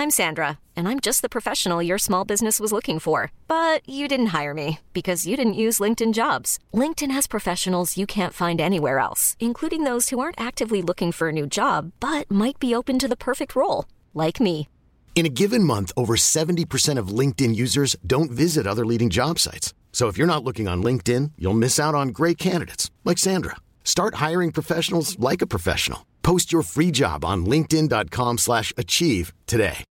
I'm Sandra, and I'm just the professional your small business was looking for. But you didn't hire me because you didn't use LinkedIn Jobs. LinkedIn has professionals you can't find anywhere else, including those who aren't actively looking for a new job, but might be open to the perfect role, like me. In a given month, over 70% of LinkedIn users don't visit other leading job sites. So if you're not looking on LinkedIn, you'll miss out on great candidates like Sandra. Start hiring professionals like a professional. Post your free job on linkedin.com/achieve today.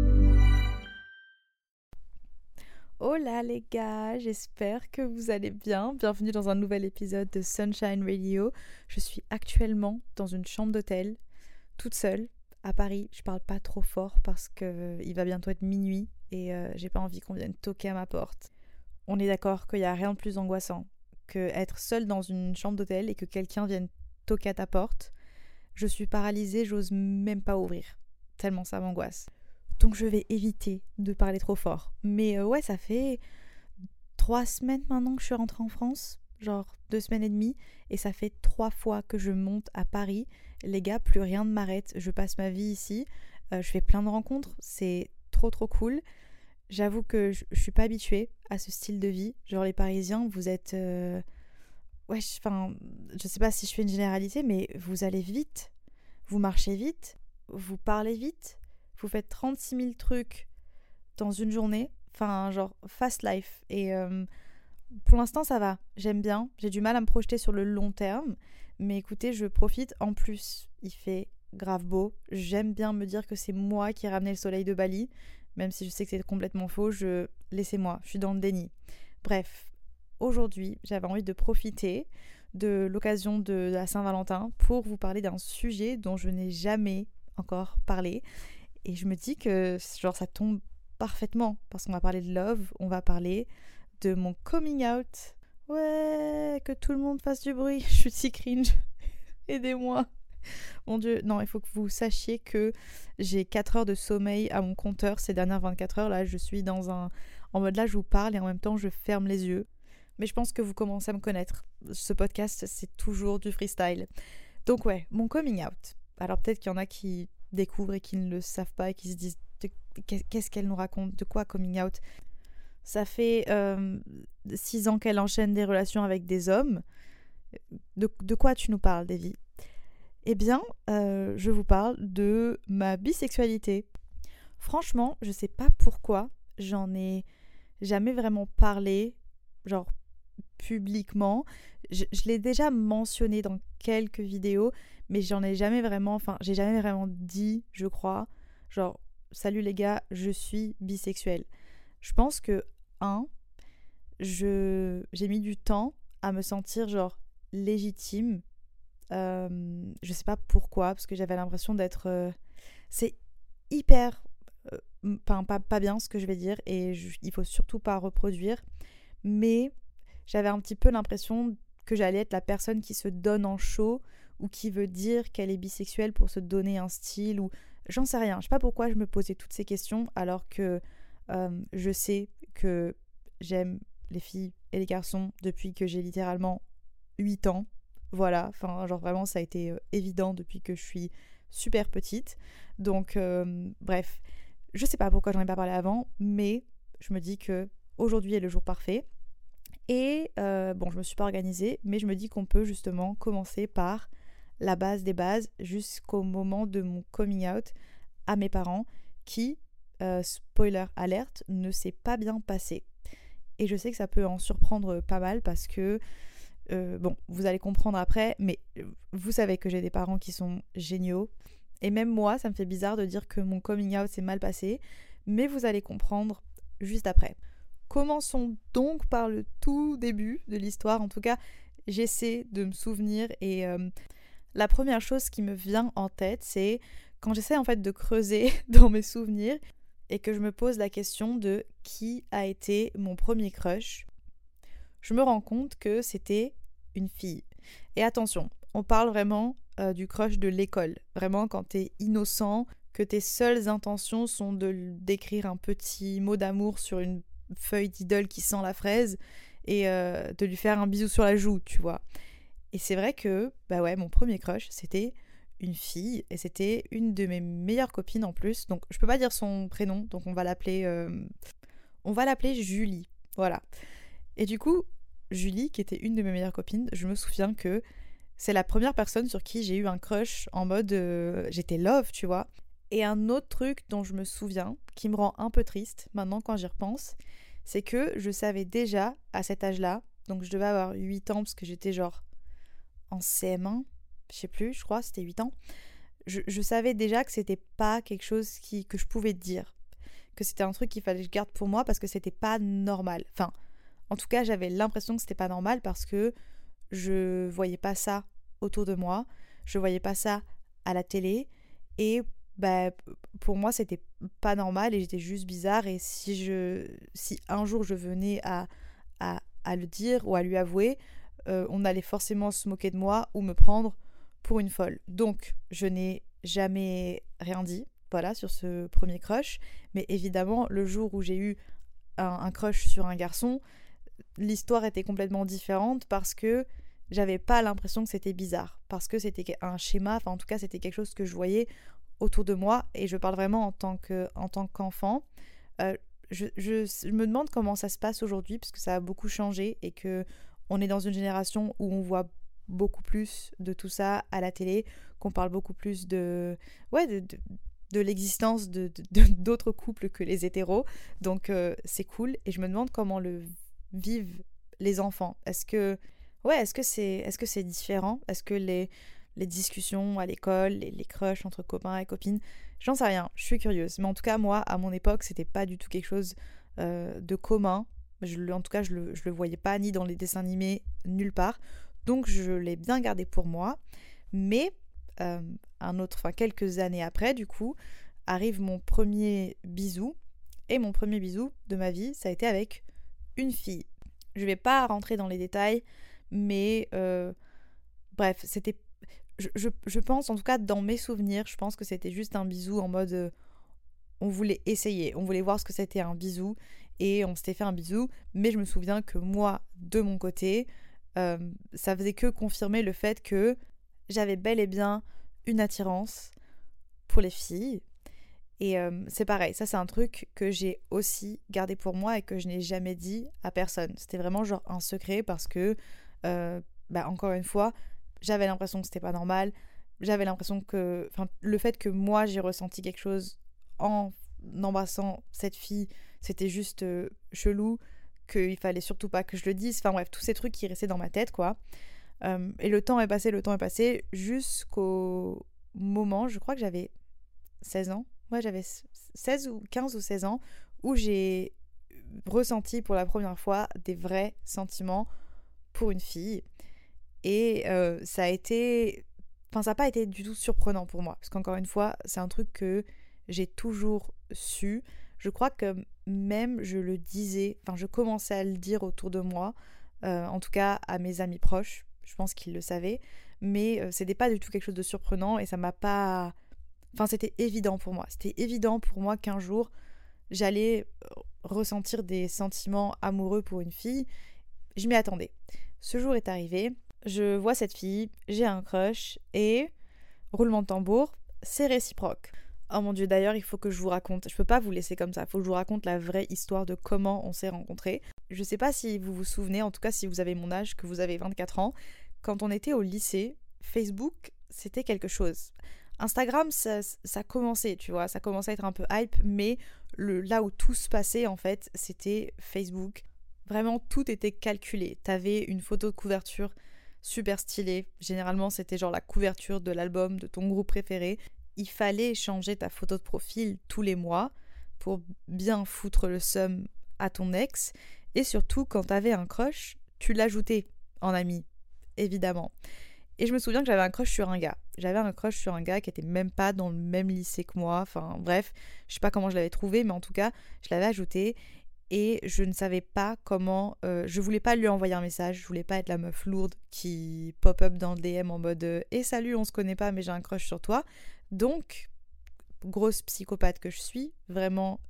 Hola les gars, j'espère que vous allez bien. Bienvenue dans un nouvel épisode de Sunshine Radio. Je suis actuellement dans une chambre d'hôtel, toute seule, à Paris. Je parle pas trop fort parce qu'il va bientôt être minuit et j'ai pas envie qu'on vienne toquer à ma porte. On est d'accord qu'il n'y a rien de plus angoissant que être seule dans une chambre d'hôtel et que quelqu'un vienne toquer à ta porte. Je suis paralysée, j'ose même pas ouvrir, tellement ça m'angoisse. Donc je vais éviter de parler trop fort. Mais ouais, ça fait 3 semaines maintenant que je suis rentrée en France, genre 2 semaines et demie, et ça fait 3 fois que je monte à Paris. Les gars, plus rien ne m'arrête, je passe ma vie ici, je fais plein de rencontres, c'est trop cool. J'avoue que je suis pas habituée à ce style de vie. Genre les Parisiens, vous êtes... Ouais, je sais pas si je fais une généralité, mais vous allez vite, vous marchez vite, vous parlez vite, vous faites 36 000 trucs dans une journée, enfin genre fast life. Et pour l'instant ça va, j'aime bien, j'ai du mal à me projeter sur le long terme, mais écoutez, je profite. En plus, il fait grave beau, j'aime bien me dire que c'est moi qui ai ramené le soleil de Bali, même si je sais que c'est complètement faux, laissez-moi, je suis dans le déni. Bref. Aujourd'hui, j'avais envie de profiter de l'occasion de la Saint-Valentin pour vous parler d'un sujet dont je n'ai jamais encore parlé. Et je me dis que genre ça tombe parfaitement parce qu'on va parler de love, on va parler de mon coming out. Ouais, que tout le monde fasse du bruit, je suis si cringe. Aidez-moi. Mon Dieu, non, il faut que vous sachiez que j'ai 4 heures de sommeil à mon compteur ces dernières 24 heures. Là, je suis en mode là, je vous parle et en même temps, je ferme les yeux. Mais je pense que vous commencez à me connaître. Ce podcast, c'est toujours du freestyle. Donc ouais, mon coming out. Alors peut-être qu'il y en a qui découvrent et qui ne le savent pas et qui se disent qu'est-ce qu'elle nous raconte, de quoi coming out. Ça fait 6 ans qu'elle enchaîne des relations avec des hommes. De quoi tu nous parles, Davy ? Eh bien, je vous parle de ma bisexualité. Franchement, je sais pas pourquoi j'en ai jamais vraiment parlé, genre publiquement. Je l'ai déjà mentionné dans quelques vidéos, mais j'ai jamais vraiment dit, je crois, genre salut les gars, je suis bisexuelle. Je pense que j'ai mis du temps à me sentir genre légitime. Je sais pas pourquoi, parce que j'avais l'impression d'être c'est hyper pas bien ce que je vais dire, et il faut surtout pas reproduire, mais j'avais un petit peu l'impression que j'allais être la personne qui se donne en show ou qui veut dire qu'elle est bisexuelle pour se donner un style, ou j'en sais rien. Je sais pas pourquoi je me posais toutes ces questions alors que je sais que j'aime les filles et les garçons depuis que j'ai littéralement 8 ans. Voilà, enfin genre vraiment ça a été évident depuis que je suis super petite. Donc bref, je sais pas pourquoi j'en ai pas parlé avant, mais je me dis que aujourd'hui est le jour parfait. Et je me suis pas organisée, mais je me dis qu'on peut justement commencer par la base des bases jusqu'au moment de mon coming out à mes parents qui, spoiler alerte, ne s'est pas bien passé. Et je sais que ça peut en surprendre pas mal parce que, vous allez comprendre après, mais vous savez que j'ai des parents qui sont géniaux. Et même moi, ça me fait bizarre de dire que mon coming out s'est mal passé, mais vous allez comprendre juste après. Commençons donc par le tout début de l'histoire. En tout cas, j'essaie de me souvenir et la première chose qui me vient en tête, c'est quand j'essaie en fait de creuser dans mes souvenirs et que je me pose la question de qui a été mon premier crush. Je me rends compte que c'était une fille. Et attention, on parle vraiment du crush de l'école. Vraiment quand t'es innocent, que tes seules intentions sont d'écrire un petit mot d'amour sur une feuille d'idole qui sent la fraise et de lui faire un bisou sur la joue, tu vois. Et c'est vrai que, mon premier crush, c'était une fille et c'était une de mes meilleures copines en plus. Donc je peux pas dire son prénom, donc on va l'appeler Julie. Voilà. Et du coup, Julie, qui était une de mes meilleures copines, je me souviens que c'est la première personne sur qui j'ai eu un crush en mode j'étais love, tu vois. Et un autre truc dont je me souviens, qui me rend un peu triste maintenant quand j'y repense, c'est que je savais déjà à cet âge-là, donc je devais avoir 8 ans parce que j'étais genre en CM1, je sais plus, je crois, c'était 8 ans. Je savais déjà que c'était pas quelque chose que je pouvais dire, que c'était un truc qu'il fallait que je garde pour moi parce que c'était pas normal. Enfin, en tout cas, j'avais l'impression que c'était pas normal parce que je voyais pas ça autour de moi, je voyais pas ça à la télé et pour moi c'était pas normal et j'étais juste bizarre et si un jour je venais à le dire ou à lui avouer, on allait forcément se moquer de moi ou me prendre pour une folle. Donc je n'ai jamais rien dit, voilà, sur ce premier crush, mais évidemment le jour où j'ai eu un crush sur un garçon, l'histoire était complètement différente parce que j'avais pas l'impression que c'était bizarre, parce que c'était un schéma, enfin en tout cas c'était quelque chose que je voyais autour de moi, et je parle vraiment en tant qu'enfant. Je me demande comment ça se passe aujourd'hui, parce que ça a beaucoup changé, et que on est dans une génération où on voit beaucoup plus de tout ça à la télé, qu'on parle beaucoup plus de l'existence d'autres couples que les hétéros, donc c'est cool, et je me demande comment le vivent les enfants. Est-ce que c'est différent? Est-ce que les discussions à l'école, les crushs entre copains et copines, j'en sais rien, je suis curieuse. Mais en tout cas, moi, à mon époque, c'était pas du tout quelque chose de commun. En tout cas, je le voyais pas ni dans les dessins animés, nulle part. Donc, je l'ai bien gardé pour moi. Mais quelques années après, du coup, arrive mon premier bisou. Et mon premier bisou de ma vie, ça a été avec une fille. Je vais pas rentrer dans les détails, mais bref, c'était... Je pense, en tout cas dans mes souvenirs, je pense que c'était juste un bisou en mode on voulait essayer, on voulait voir ce que c'était un bisou et on s'était fait un bisou, mais je me souviens que moi, de mon côté, ça faisait que confirmer le fait que j'avais bel et bien une attirance pour les filles. Et c'est pareil, ça c'est un truc que j'ai aussi gardé pour moi et que je n'ai jamais dit à personne. C'était vraiment genre un secret parce que, encore une fois, j'avais l'impression que c'était pas normal. J'avais l'impression que... Enfin, le fait que moi j'ai ressenti quelque chose en embrassant cette fille, c'était juste chelou, qu'il fallait surtout pas que je le dise. Enfin bref, tous ces trucs qui restaient dans ma tête, quoi. Et le temps est passé jusqu'au moment, je crois que j'avais 16 ans. Ouais, j'avais 15 ou 16 ans où j'ai ressenti pour la première fois des vrais sentiments pour une fille. Et ça a été... Enfin, ça n'a pas été du tout surprenant pour moi. Parce qu'encore une fois, c'est un truc que j'ai toujours su. Je crois que même je le disais... Enfin, je commençais à le dire autour de moi. En tout cas, à mes amis proches. Je pense qu'ils le savaient. Mais c'était pas du tout quelque chose de surprenant. Et ça m'a pas... Enfin, c'était évident pour moi. C'était évident pour moi qu'un jour, j'allais ressentir des sentiments amoureux pour une fille. Je m'y attendais. Ce jour est arrivé. Je vois cette fille, j'ai un crush et, roulement de tambour, c'est réciproque. Oh mon dieu, d'ailleurs, il faut que je vous raconte, je peux pas vous laisser comme ça, il faut que je vous raconte la vraie histoire de comment on s'est rencontrés. Je sais pas si vous vous souvenez, en tout cas si vous avez mon âge, que vous avez 24 ans, quand on était au lycée, Facebook, c'était quelque chose. Instagram, ça commençait, tu vois, ça commençait à être un peu hype, mais là où tout se passait, en fait, c'était Facebook. Vraiment, tout était calculé. T'avais une photo de couverture super stylée. Généralement, c'était genre la couverture de l'album de ton groupe préféré. Il fallait changer ta photo de profil tous les mois pour bien foutre le seum à ton ex. Et surtout, quand t'avais un crush, tu l'ajoutais en ami, évidemment. Et je me souviens que j'avais un crush sur un gars. J'avais un crush sur un gars qui était même pas dans le même lycée que moi. Enfin bref, je sais pas comment je l'avais trouvé, mais en tout cas, je l'avais ajouté. Et je ne savais pas comment... je voulais pas lui envoyer un message, je voulais pas être la meuf lourde qui pop-up dans le DM en mode « Eh salut, on se connaît pas, mais j'ai un crush sur toi ». Donc, grosse psychopathe que je suis, vraiment,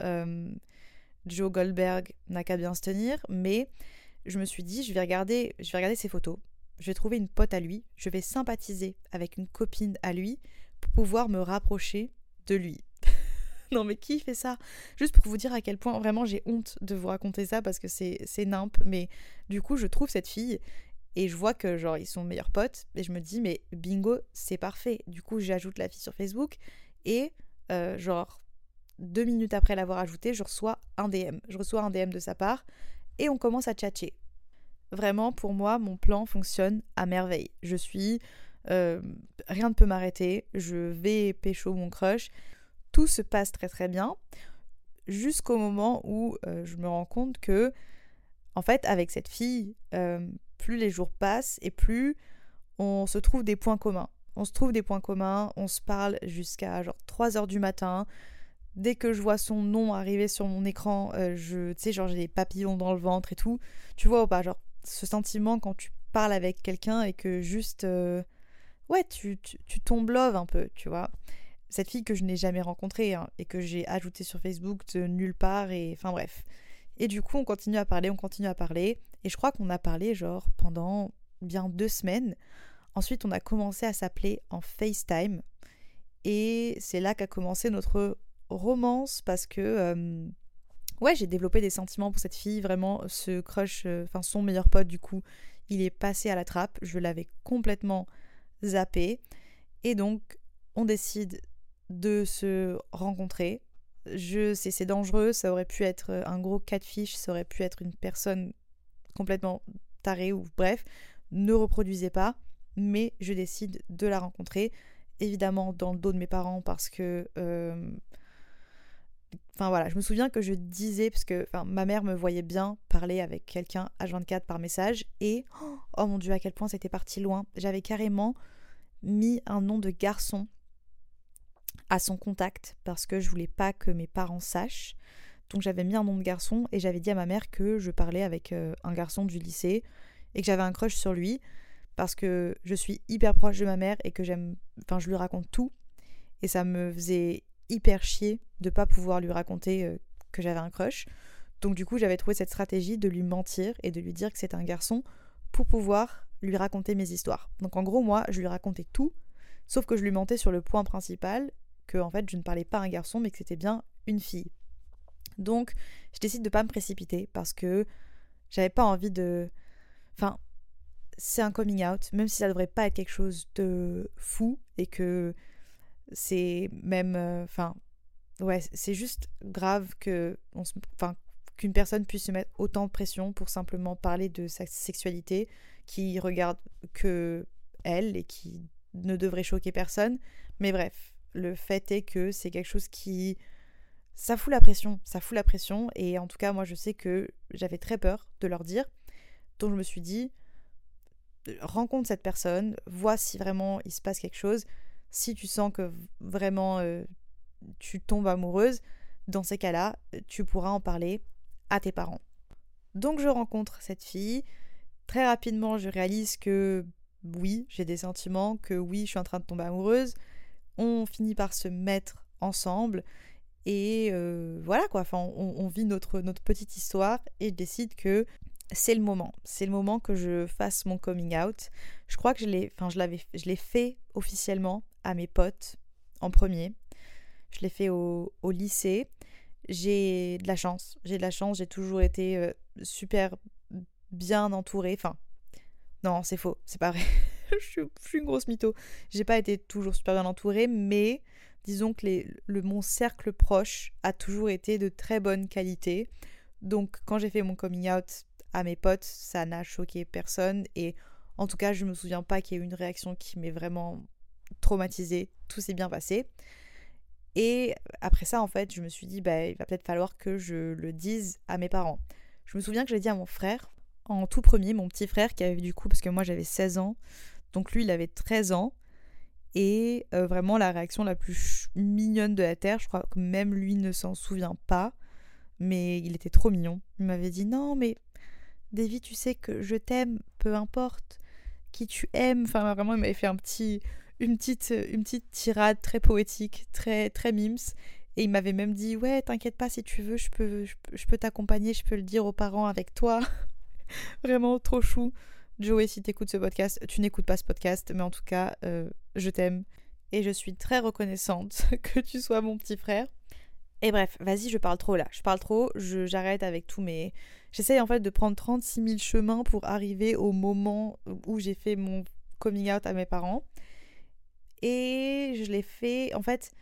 Joe Goldberg n'a qu'à bien se tenir, mais je me suis dit, je vais regarder ses photos. je vais trouver une pote à lui, je vais sympathiser avec une copine à lui pour pouvoir me rapprocher de lui. Non mais qui fait ça? Juste pour vous dire à quel point vraiment j'ai honte de vous raconter ça parce que c'est nimp, mais du coup je trouve cette fille et je vois que genre ils sont meilleurs potes et je me dis mais bingo c'est parfait. Du coup j'ajoute la fille sur Facebook et genre 2 minutes après l'avoir ajoutée je reçois un DM. Je reçois un DM de sa part et on commence à tchatcher. Vraiment pour moi mon plan fonctionne à merveille. Je suis... rien ne peut m'arrêter, je vais pécho mon crush. Tout se passe très très bien jusqu'au moment où je me rends compte que en fait avec cette fille plus les jours passent et plus on se trouve des points communs. On se trouve des points communs, on se parle jusqu'à genre 3h du matin. Dès que je vois son nom arriver sur mon écran, tu sais genre j'ai des papillons dans le ventre et tout. Tu vois ou pas, genre ce sentiment quand tu parles avec quelqu'un et que juste ouais tu tombes love un peu, tu vois. Cette fille que je n'ai jamais rencontrée hein, et que j'ai ajoutée sur Facebook de nulle part et enfin bref. Et du coup on continue à parler et je crois qu'on a parlé genre pendant bien 2 semaines. Ensuite on a commencé à s'appeler en FaceTime et c'est là qu'a commencé notre romance parce que ouais j'ai développé des sentiments pour cette fille, vraiment ce crush, enfin son meilleur pote du coup il est passé à la trappe, je l'avais complètement zappé et donc on décide de se rencontrer. Je sais c'est dangereux, ça aurait pu être un gros catfish, ça aurait pu être une personne complètement tarée ou bref, ne reproduisez pas, mais je décide de la rencontrer, évidemment dans le dos de mes parents parce que enfin voilà, je me souviens que je disais, parce que ma mère me voyait bien parler avec quelqu'un H24 par message et oh mon dieu à quel point c'était parti loin, j'avais carrément mis un nom de garçon à son contact parce que je voulais pas que mes parents sachent. Donc j'avais mis un nom de garçon et j'avais dit à ma mère que je parlais avec un garçon du lycée et que j'avais un crush sur lui parce que je suis hyper proche de ma mère et que je lui raconte tout et ça me faisait hyper chier de pas pouvoir lui raconter que j'avais un crush. Donc du coup j'avais trouvé cette stratégie de lui mentir et de lui dire que c'était un garçon pour pouvoir lui raconter mes histoires. Donc en gros moi je lui racontais tout sauf que je lui mentais sur le point principal que en fait je ne parlais pas à un garçon mais que c'était bien une fille. Donc je décide de pas me précipiter parce que j'avais pas envie de... Enfin, c'est un coming out, même si ça devrait pas être quelque chose de fou et que c'est même... ouais, c'est juste grave que qu'une personne puisse se mettre autant de pression pour simplement parler de sa sexualité qui regarde que elle et qui ne devrait choquer personne. Mais bref, le fait est que c'est quelque chose qui... ça fout la pression et en tout cas moi je sais que j'avais très peur de leur dire, donc je me suis dit rencontre cette personne, vois si vraiment il se passe quelque chose, si tu sens que vraiment tu tombes amoureuse, dans ces cas-là tu pourras en parler à tes parents. Donc je rencontre cette fille, très rapidement je réalise que oui j'ai des sentiments, que oui je suis en train de tomber amoureuse, on finit par se mettre ensemble. Et voilà quoi, on vit notre petite histoire et je décide que c'est le moment que je fasse mon coming out. Je crois que je l'ai fait officiellement à mes potes en premier. Je l'ai fait au lycée. J'ai de la chance, j'ai toujours été super bien entourée. Enfin, non, c'est faux, c'est pas vrai. je suis une grosse mytho. J'ai pas été toujours super bien entourée, mais disons que mon cercle proche a toujours été de très bonne qualité. Donc quand j'ai fait mon coming out à mes potes, ça n'a choqué personne. Et en tout cas, je me souviens pas qu'il y ait eu une réaction qui m'ait vraiment traumatisée. Tout s'est bien passé. Et après ça, en fait, je me suis dit, il va peut-être falloir que je le dise à mes parents. Je me souviens que je l'ai dit à mon frère, en tout premier, mon petit frère, qui avait du coup, parce que moi j'avais 16 ans, donc lui il avait 13 ans. Et vraiment la réaction la plus mignonne de la terre, je crois que même lui ne s'en souvient pas, mais il était trop mignon. Il m'avait dit non mais Davy tu sais que je t'aime, peu importe qui tu aimes. Enfin vraiment il m'avait fait une petite tirade très poétique, très, très mimes. Et il m'avait même dit ouais t'inquiète pas si tu veux je peux t'accompagner, je peux le dire aux parents avec toi. Vraiment trop chou. Joey, si t'écoutes ce podcast, tu n'écoutes pas ce podcast, mais en tout cas, je t'aime. Et je suis très reconnaissante que tu sois mon petit frère. Et bref, vas-y, je parle trop là. Je parle trop, j'arrête avec tous mes... J'essaye en fait de prendre 36 000 chemins pour arriver au moment où j'ai fait mon coming out à mes parents. Et je l'ai fait... En fait,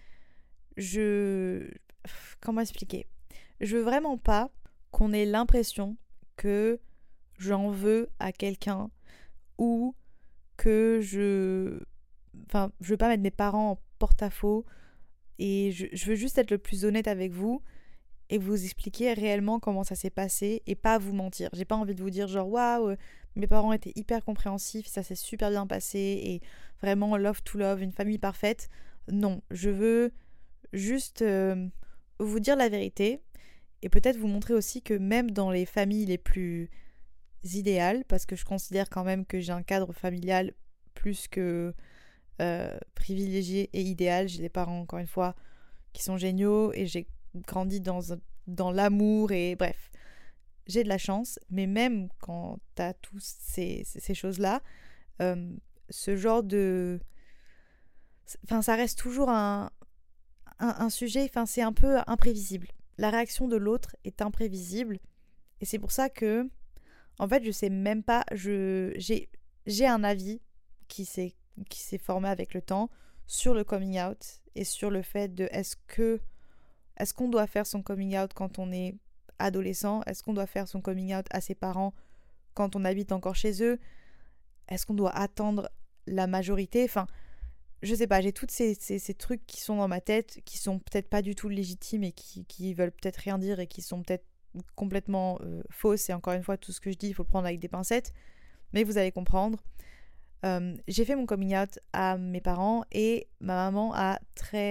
comment expliquer ? Je veux vraiment pas qu'on ait l'impression que j'en veux à quelqu'un ou que je veux pas mettre mes parents en porte-à-faux et je veux juste être le plus honnête avec vous et vous expliquer réellement comment ça s'est passé et pas vous mentir. J'ai pas envie de vous dire genre waouh, mes parents étaient hyper compréhensifs, ça s'est super bien passé et vraiment love to love, une famille parfaite. Non, je veux juste vous dire la vérité et peut-être vous montrer aussi que même dans les familles les plus idéales, parce que je considère quand même que j'ai un cadre familial plus que privilégié et idéal. J'ai des parents, encore une fois, qui sont géniaux et j'ai grandi dans l'amour et bref, j'ai de la chance. Mais même quand t'as tous ces choses-là, ce genre de... Enfin, ça reste toujours un sujet, enfin, c'est un peu imprévisible. La réaction de l'autre est imprévisible et c'est pour ça que, en fait, je sais même pas, j'ai un avis qui s'est formé avec le temps sur le coming out et sur le fait de est-ce qu'on doit faire son coming out quand on est adolescent, est-ce qu'on doit faire son coming out à ses parents quand on habite encore chez eux, est-ce qu'on doit attendre la majorité, enfin je sais pas, j'ai toutes ces trucs qui sont dans ma tête, qui sont peut-être pas du tout légitimes et qui veulent peut-être rien dire et qui sont peut-être complètement fausses. Et encore une fois, tout ce que je dis, il faut le prendre avec des pincettes. Mais vous allez comprendre. J'ai fait mon coming out à mes parents et ma maman a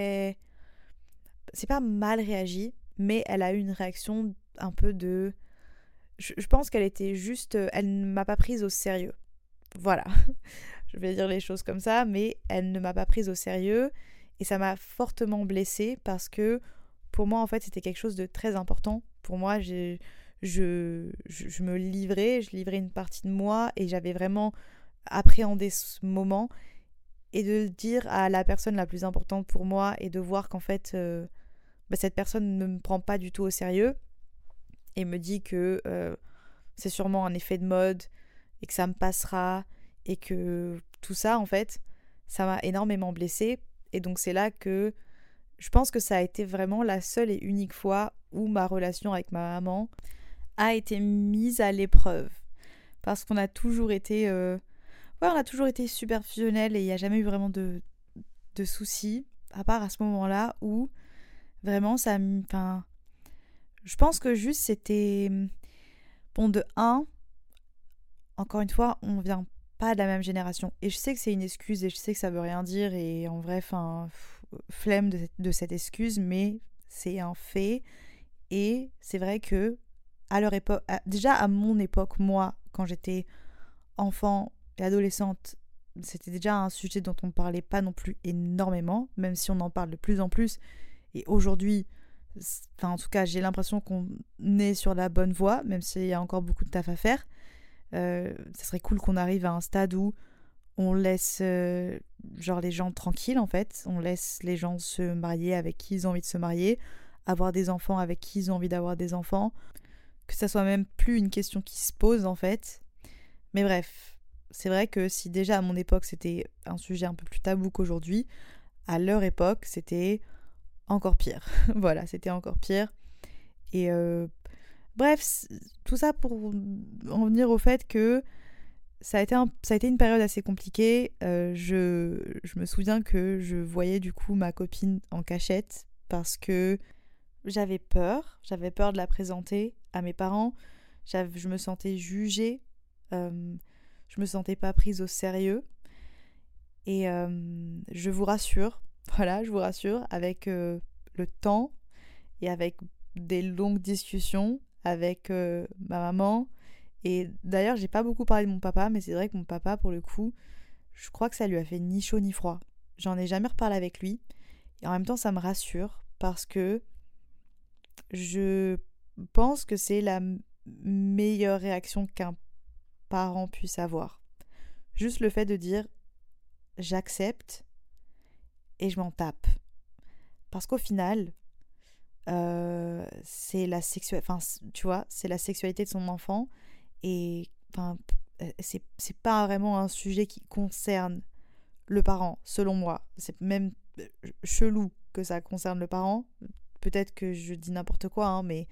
c'est pas mal réagi, mais elle a eu une réaction un peu de... Je pense qu'elle était juste... Elle ne m'a pas prise au sérieux. Voilà. Je vais dire les choses comme ça, mais elle ne m'a pas prise au sérieux et ça m'a fortement blessée parce que pour moi, en fait, c'était quelque chose de très important. Pour moi, je me livrais, je livrais une partie de moi et j'avais vraiment appréhendé ce moment et de dire à la personne la plus importante pour moi et de voir qu'en fait, cette personne ne me prend pas du tout au sérieux et me dit que c'est sûrement un effet de mode et que ça me passera et que tout ça, en fait, ça m'a énormément blessée. Et donc c'est là que je pense que ça a été vraiment la seule et unique fois où ma relation avec ma maman a été mise à l'épreuve. Parce qu'on a toujours été... on a toujours été super fusionnels et il n'y a jamais eu vraiment de soucis, à part à ce moment-là où vraiment ça... Enfin, je pense que juste c'était... Bon, de 1, encore une fois, on vient pas de la même génération. Et je sais que c'est une excuse et je sais que ça veut rien dire et en vrai, flemme de cette excuse, mais c'est un fait. Et c'est vrai que à leur époque, déjà à mon époque, moi, quand j'étais enfant et adolescente, c'était déjà un sujet dont on ne parlait pas non plus énormément, même si on en parle de plus en plus. Et aujourd'hui, en tout cas, j'ai l'impression qu'on est sur la bonne voie, même s'il y a encore beaucoup de taf à faire. Ça serait cool qu'on arrive à un stade où on laisse les gens tranquilles en fait, on laisse les gens se marier avec qui ils ont envie de se marier, avoir des enfants avec qui ils ont envie d'avoir des enfants, que ça soit même plus une question qui se pose en fait. Mais bref, c'est vrai que si déjà à mon époque c'était un sujet un peu plus tabou qu'aujourd'hui, à leur époque c'était encore pire. Voilà, c'était encore pire. Et bref, tout ça pour en venir au fait que ça a été une période assez compliquée. Je me souviens que je voyais du coup ma copine en cachette parce que j'avais peur de la présenter à mes parents. Je me sentais jugée, je me sentais pas prise au sérieux. Et je vous rassure, avec le temps et avec des longues discussions avec ma maman. Et d'ailleurs, j'ai pas beaucoup parlé de mon papa, mais c'est vrai que mon papa, pour le coup, je crois que ça lui a fait ni chaud ni froid. J'en ai jamais reparlé avec lui. Et en même temps, ça me rassure parce que je pense que c'est la meilleure réaction qu'un parent puisse avoir. Juste le fait de dire j'accepte et je m'en tape. Parce qu'au final, c'est la tu vois, c'est la sexualité de son enfant et c'est pas vraiment un sujet qui concerne le parent, selon moi. C'est même chelou que ça concerne le parent. Peut-être que je dis n'importe quoi, hein, mais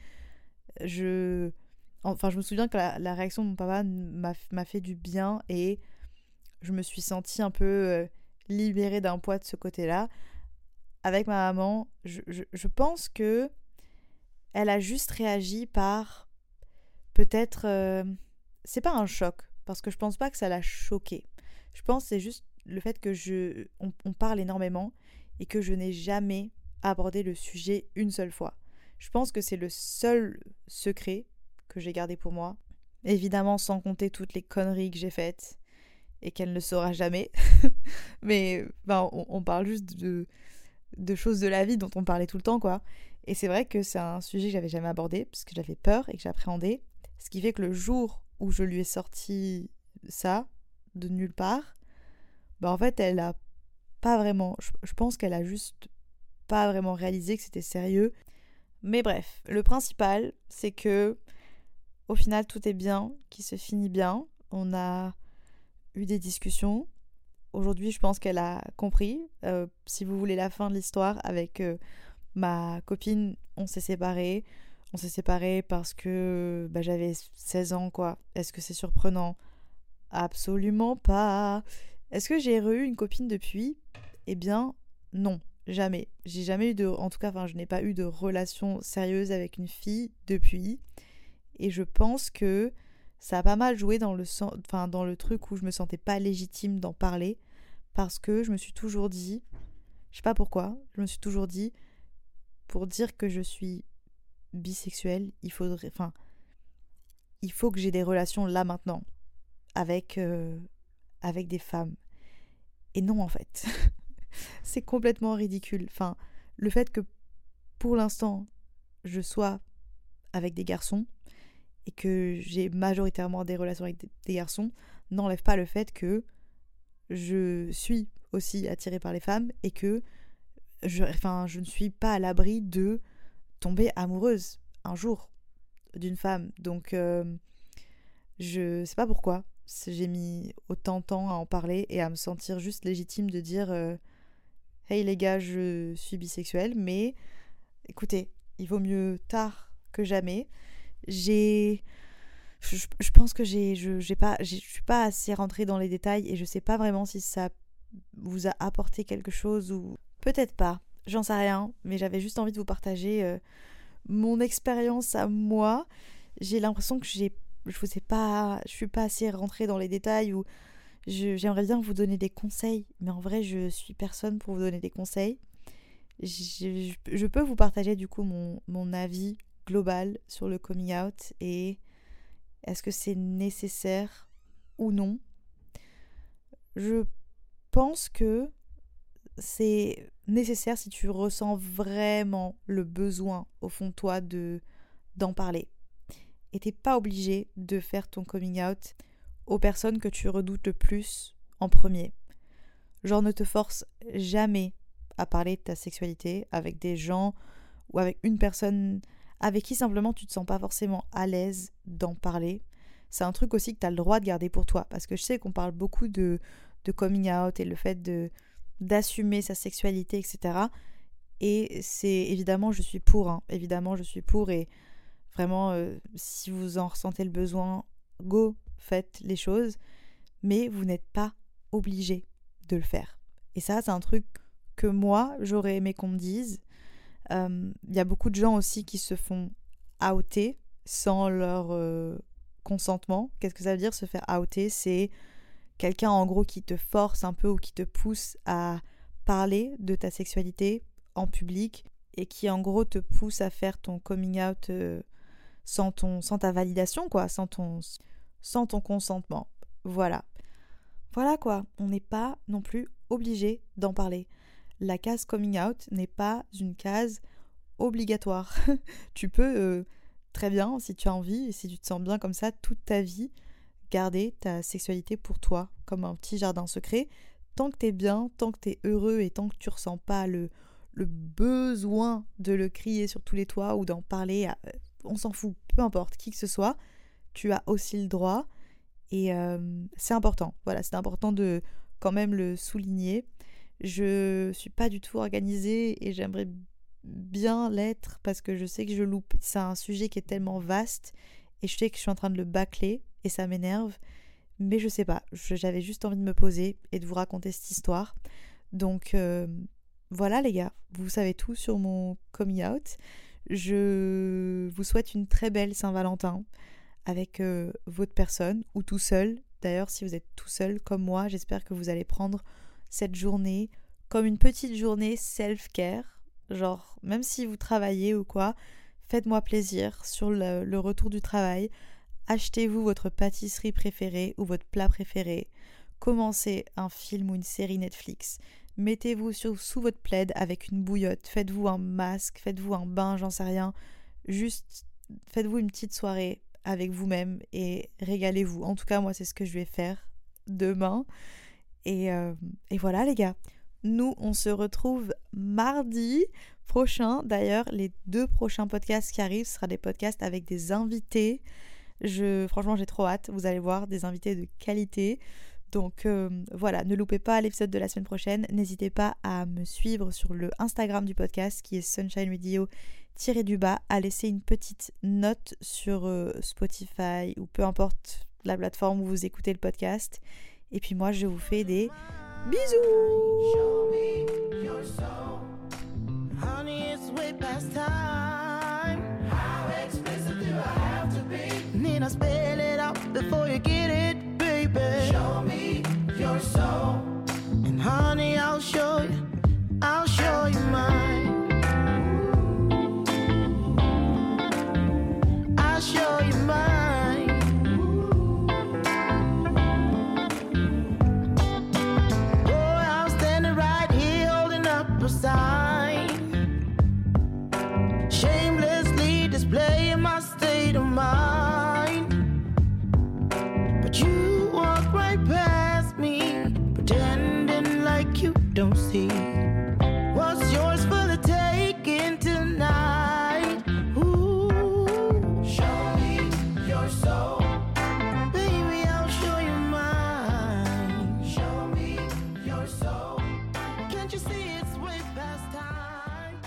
je me souviens que la réaction de mon papa m'a fait du bien et je me suis sentie un peu libérée d'un poids de ce côté-là. Avec ma maman, je pense que elle a juste réagi par peut-être... c'est pas un choc, parce que je pense pas que ça l'a choquée. Je pense que c'est juste le fait que on parle énormément et que je n'ai jamais abordé le sujet une seule fois. Je pense que c'est le seul secret que j'ai gardé pour moi. Évidemment, sans compter toutes les conneries que j'ai faites et qu'elle ne saura jamais. Mais on parle juste de choses de la vie dont on parlait tout le temps, quoi. Et c'est vrai que c'est un sujet que j'avais jamais abordé parce que j'avais peur et que j'appréhendais. Ce qui fait que le jour où je lui ai sorti ça, de nulle part, en fait, elle a pas vraiment... Je pense qu'elle a juste pas vraiment réalisé que c'était sérieux. Mais bref, le principal, c'est que au final, tout est bien, qui se finit bien. On a eu des discussions. Aujourd'hui, je pense qu'elle a compris. Si vous voulez la fin de l'histoire, avec ma copine, on s'est séparés. On s'est séparés parce que j'avais 16 ans, quoi. Est-ce que c'est surprenant ? Absolument pas. Est-ce que j'ai eu une copine depuis ? Eh bien, non, jamais. J'ai jamais eu je n'ai pas eu de relation sérieuse avec une fille depuis. Et je pense que ça a pas mal joué dans le truc où je me sentais pas légitime d'en parler. Parce que je me suis toujours dit, je sais pas pourquoi, je me suis toujours dit, pour dire que je suis bisexuelle, il faut que j'ai des relations là maintenant avec des femmes. Et non, en fait. C'est complètement ridicule. Le fait que pour l'instant je sois avec des garçons et que j'ai majoritairement des relations avec des garçons n'enlève pas le fait que je suis aussi attirée par les femmes et que je ne suis pas à l'abri de tomber amoureuse un jour d'une femme. Donc je sais pas pourquoi j'ai mis autant de temps à en parler et à me sentir juste légitime de dire hey les gars, je suis bisexuelle, mais écoutez, il vaut mieux tard que jamais. Je pense que je suis pas assez rentrée dans les détails et je sais pas vraiment si ça vous a apporté quelque chose ou peut-être pas, j'en sais rien, mais j'avais juste envie de vous partager mon expérience à moi. J'ai l'impression que je suis pas assez rentrée dans les détails ou j'aimerais bien vous donner des conseils, mais en vrai je suis personne pour vous donner des conseils. Je peux vous partager du coup mon avis global sur le coming out et est-ce que c'est nécessaire ou non. Je pense que c'est nécessaire si tu ressens vraiment le besoin au fond de toi d'en parler. Et t'es pas obligé de faire ton coming out aux personnes que tu redoutes le plus en premier. Genre ne te force jamais à parler de ta sexualité avec des gens ou avec une personne avec qui simplement tu te sens pas forcément à l'aise d'en parler. C'est un truc aussi que tu as le droit de garder pour toi parce que je sais qu'on parle beaucoup de coming out et le fait d'assumer sa sexualité, etc. Et c'est évidemment je suis pour et vraiment si vous en ressentez le besoin, go, faites les choses, mais vous n'êtes pas obligé de le faire. Et ça, c'est un truc que moi, j'aurais aimé qu'on me dise. Y a beaucoup de gens aussi qui se font outer sans leur consentement. Qu'est-ce que ça veut dire se faire outer ? C'est quelqu'un en gros qui te force un peu ou qui te pousse à parler de ta sexualité en public et qui en gros te pousse à faire ton coming out sans ta validation, quoi, sans ton consentement. Voilà quoi, on n'est pas non plus obligé d'en parler. La case coming out n'est pas une case obligatoire. Tu peux très bien, si tu as envie et si tu te sens bien comme ça toute ta vie, garder ta sexualité pour toi, comme un petit jardin secret. Tant que t'es bien, tant que t'es heureux et tant que tu ressens pas le besoin de le crier sur tous les toits ou d'en parler à, on s'en fout, peu importe, qui que ce soit, tu as aussi le droit et c'est important. Voilà, c'est important de quand même le souligner. Je suis pas du tout organisée et j'aimerais bien l'être parce que je sais que je loupe. C'est un sujet qui est tellement vaste et je sais que je suis en train de le bâcler et ça m'énerve, mais je sais pas, j'avais juste envie de me poser et de vous raconter cette histoire. Donc voilà les gars, vous savez tout sur mon coming out. Je vous souhaite une très belle Saint-Valentin avec votre personne ou tout seul. D'ailleurs, si vous êtes tout seul comme moi, j'espère que vous allez prendre cette journée comme une petite journée self-care. Genre, même si vous travaillez ou quoi, faites-moi plaisir sur le retour du travail. Achetez-vous votre pâtisserie préférée ou votre plat préféré. Commencez un film ou une série Netflix. Mettez-vous sous votre plaid avec une bouillotte. Faites-vous un masque, faites-vous un bain, j'en sais rien. Juste faites-vous une petite soirée avec vous-même et régalez-vous. En tout cas, moi, c'est ce que je vais faire demain. Et voilà, les gars. Nous, on se retrouve mardi prochain. D'ailleurs, les 2 prochains podcasts qui arrivent, ce sera des podcasts avec des invités. Franchement, j'ai trop hâte. Vous allez voir, des invités de qualité. Donc voilà, ne loupez pas l'épisode de la semaine prochaine. N'hésitez pas à me suivre sur le Instagram du podcast qui est Sunshine Radio _, à laisser une petite note sur Spotify ou peu importe la plateforme où vous écoutez le podcast. Et puis moi, je vous fais des bisous. Show me your soul. Honey, it's way past time. How explicit do I have to be? Need I spell it out before you get it, baby? Show me your soul. And honey, I'll show you mine. I'll show you mine. Oh, I'm standing right here holding up a sign, shamelessly displaying my state of mind. But you walk right past me, pretending like you don't see what's yours for the taking tonight. Ooh, show me your soul. Baby, I'll show you mine. Show me your soul. Can't you see it's way past time?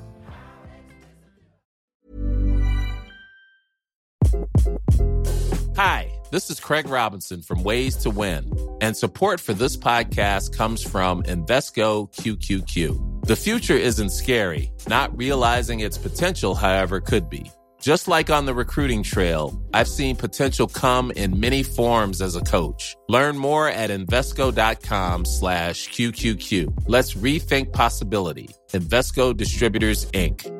Hi, this is Craig Robinson from Ways to Win, and support for this podcast comes from Invesco QQQ. The future isn't scary. Not realizing its potential, however, could be. Just like on the recruiting trail, I've seen potential come in many forms as a coach. Learn more at Invesco.com/QQQ. Let's rethink possibility. Invesco Distributors, Inc.